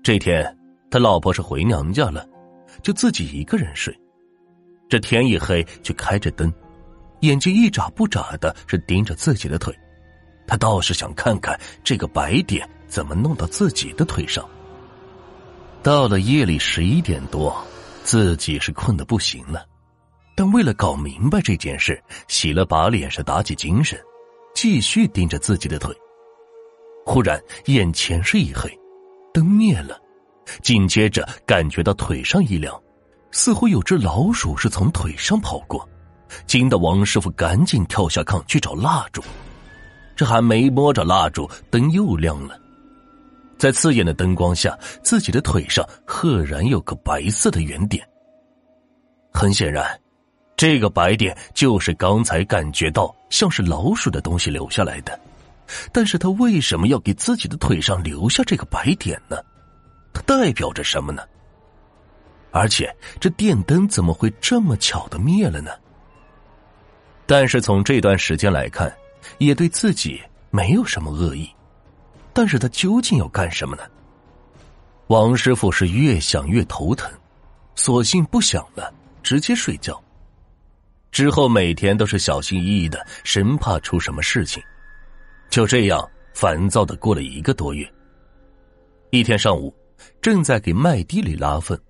这天他老婆是回娘家了，就自己一个人睡。这天一黑就开着灯，眼睛一眨不眨的是盯着自己的腿。他倒是想看看这个白点怎么弄到自己的腿上。到了夜里11点多，自己是困得不行了，但为了搞明白这件事，洗了把脸是打起精神，继续盯着自己的腿。忽然眼前是一黑，灯灭了，紧接着感觉到腿上一凉，似乎有只老鼠是从腿上跑过，惊得王师傅赶紧跳下炕去找蜡烛。这还没摸着蜡烛，灯又亮了。在刺眼的灯光下，自己的腿上赫然有个白色的圆点。很显然，这个白点就是刚才感觉到像是老鼠的东西留下来的。但是他为什么要给自己的腿上留下这个白点呢？它代表着什么呢？而且这电灯怎么会这么巧的灭了呢？但是从这段时间来看，也对自己没有什么恶意。但是他究竟要干什么呢？王师傅是越想越头疼，索性不想了，直接睡觉。之后每天都是小心翼翼的，生怕出什么事情。就这样烦躁的过了1个多月。一天上午，正在给麦地里拉粪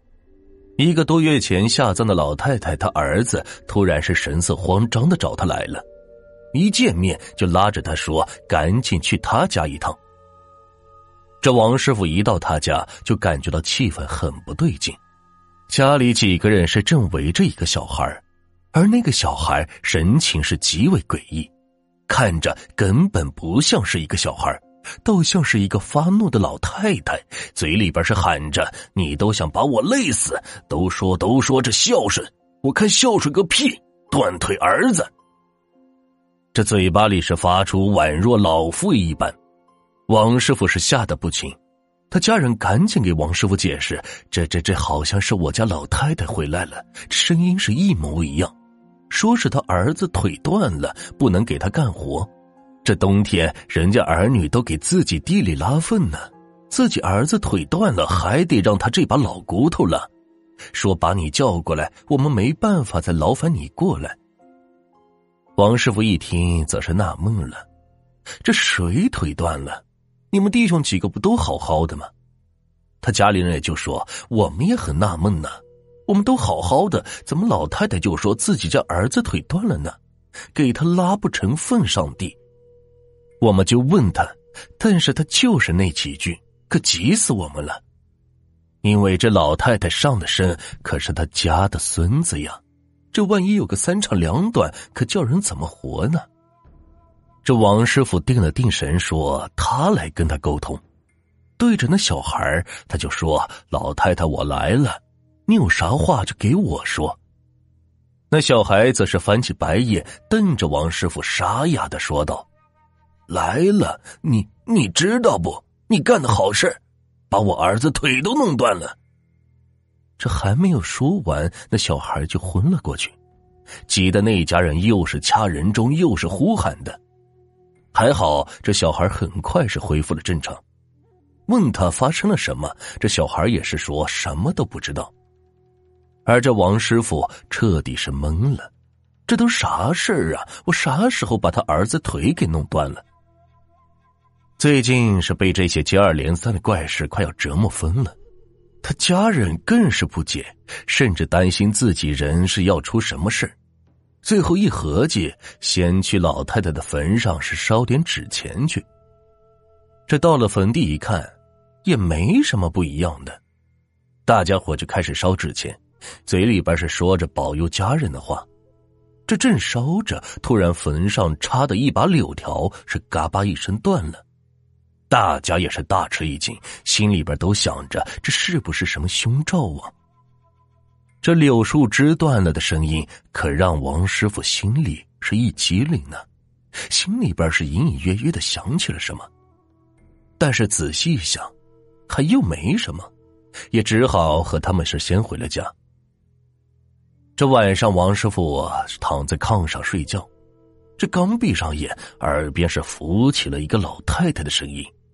，1个多月前下葬的老太太她儿子突然是神色慌张的找他来了，一见面就拉着他说赶紧去他家一趟。这王师傅一到他家就感觉到气氛很不对劲，家里几个人是正围着一个小孩，而那个小孩神情是极为诡异，看着根本不像是一个小孩，倒像是一个发怒的老太太，嘴里边是喊着你都想把我累死，都说这孝顺，我看孝顺个屁，断腿儿子。这嘴巴里是发出宛若老妇一般。王师傅是吓得不轻，他家人赶紧给王师傅解释，这好像是我家老太太回来了，声音是一模一样，说是他儿子腿断了，不能给他干活。这冬天人家儿女都给自己地里拉粪呢，自己儿子腿断了，还得让他这把老骨头了，说把你叫过来，我们没办法再劳烦你过来。王师傅一听则是纳闷了，这谁腿断了？你们弟兄几个不都好好的吗？他家里人也就说，我们也很纳闷呢，我们都好好的，怎么老太太就说自己家儿子腿断了呢？给他拉不成粪上地。我们就问他，但是他就是那几句，可急死我们了。因为这老太太上的身可是他家的孙子呀，这万一有个3长2短，可叫人怎么活呢？这王师傅定了定神，说他来跟他沟通。对着那小孩，他就说，老太太我来了，你有啥话就给我说。那小孩子是翻起白眼，瞪着王师傅沙哑的说道，来了，你知道不，你干的好事，把我儿子腿都弄断了。这还没有说完，那小孩就昏了过去，急得那家人又是掐人中又是呼喊的。还好这小孩很快是恢复了正常，问他发生了什么，这小孩也是说什么都不知道。而这王师傅彻底是懵了，这都啥事儿啊，我啥时候把他儿子腿给弄断了？最近是被这些接二连三的怪事快要折磨疯了，他家人更是不解，甚至担心自己人是要出什么事。最后一合计，先去老太太的坟上是烧点纸钱去。这到了坟地一看，也没什么不一样的，大家伙就开始烧纸钱，嘴里边是说着保佑家人的话。这正烧着，突然坟上插的一把柳条是嘎巴一声断了，大家也是大吃一惊，心里边都想着这是不是什么凶兆啊？这柳树枝断了的声音可让王师傅心里是一激灵呢，心里边是隐隐约约的想起了什么，但是仔细一想还又没什么，也只好和他们是先回了家。这晚上王师傅躺在炕上睡觉，这刚闭上眼，耳边是浮起了一个老太太的声音，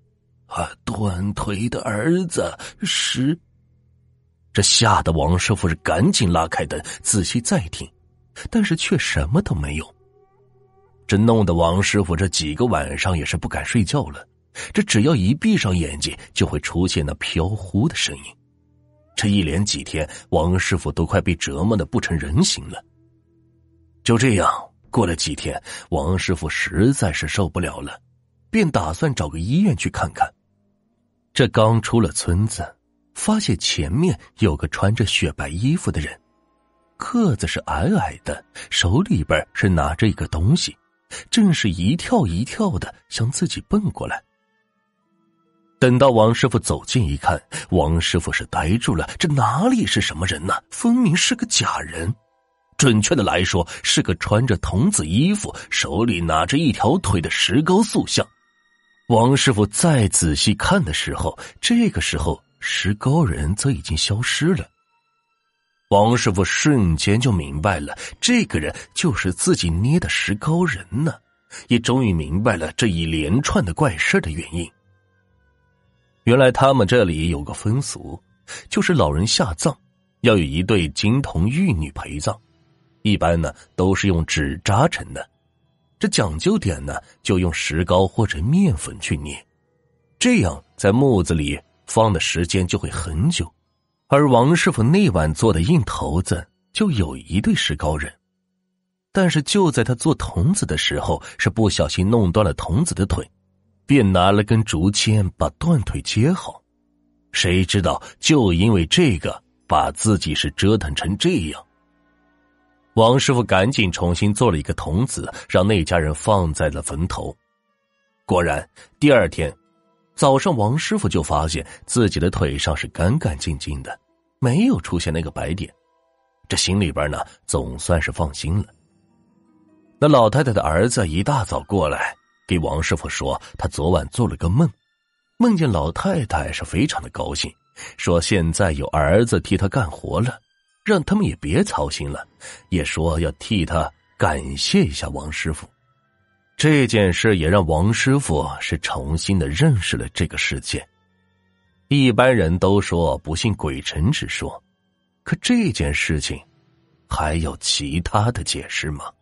断腿的儿子是……这吓得王师傅是赶紧拉开灯，仔细再听，但是却什么都没有。这弄得王师傅这几个晚上也是不敢睡觉了。这只要一闭上眼睛，就会出现那飘忽的声音。这一连几天，王师傅都快被折磨得不成人形了。就这样过了几天，王师傅实在是受不了了，便打算找个医院去看看。这刚出了村子，发现前面有个穿着雪白衣服的人，个子是矮矮的，手里边是拿着一个东西，正是一跳一跳的向自己奔过来。等到王师傅走近一看，王师傅是呆住了，这哪里是什么人呢？分明是个假人。准确的来说，是个穿着童子衣服，手里拿着一条腿的石膏塑像。王师傅再仔细看的时候，这个时候石膏人则已经消失了。王师傅瞬间就明白了，这个人就是自己捏的石膏人呢，也终于明白了这一连串的怪事的原因。原来他们这里有个风俗，就是老人下葬要有一对金童玉女陪葬，一般呢都是用纸扎成的，这讲究点呢就用石膏或者面粉去捏，这样在木子里放的时间就会很久。而王师傅那晚做的硬头子就有一对石膏人，但是就在他做童子的时候，是不小心弄断了童子的腿，便拿了根竹签把断腿接好。谁知道就因为这个，把自己是折腾成这样。王师傅赶紧重新做了一个童子，让那家人放在了坟头。果然第二天早上，王师傅就发现自己的腿上是干干净净的，没有出现那个白点。这心里边呢总算是放心了。那老太太的儿子一大早过来给王师傅说，他昨晚做了个梦，梦见老太太是非常的高兴，说现在有儿子替他干活了，让他们也别操心了，也说要替他感谢一下王师傅。这件事也让王师傅是重新的认识了这个世界。一般人都说不信鬼神之说，可这件事情还有其他的解释吗？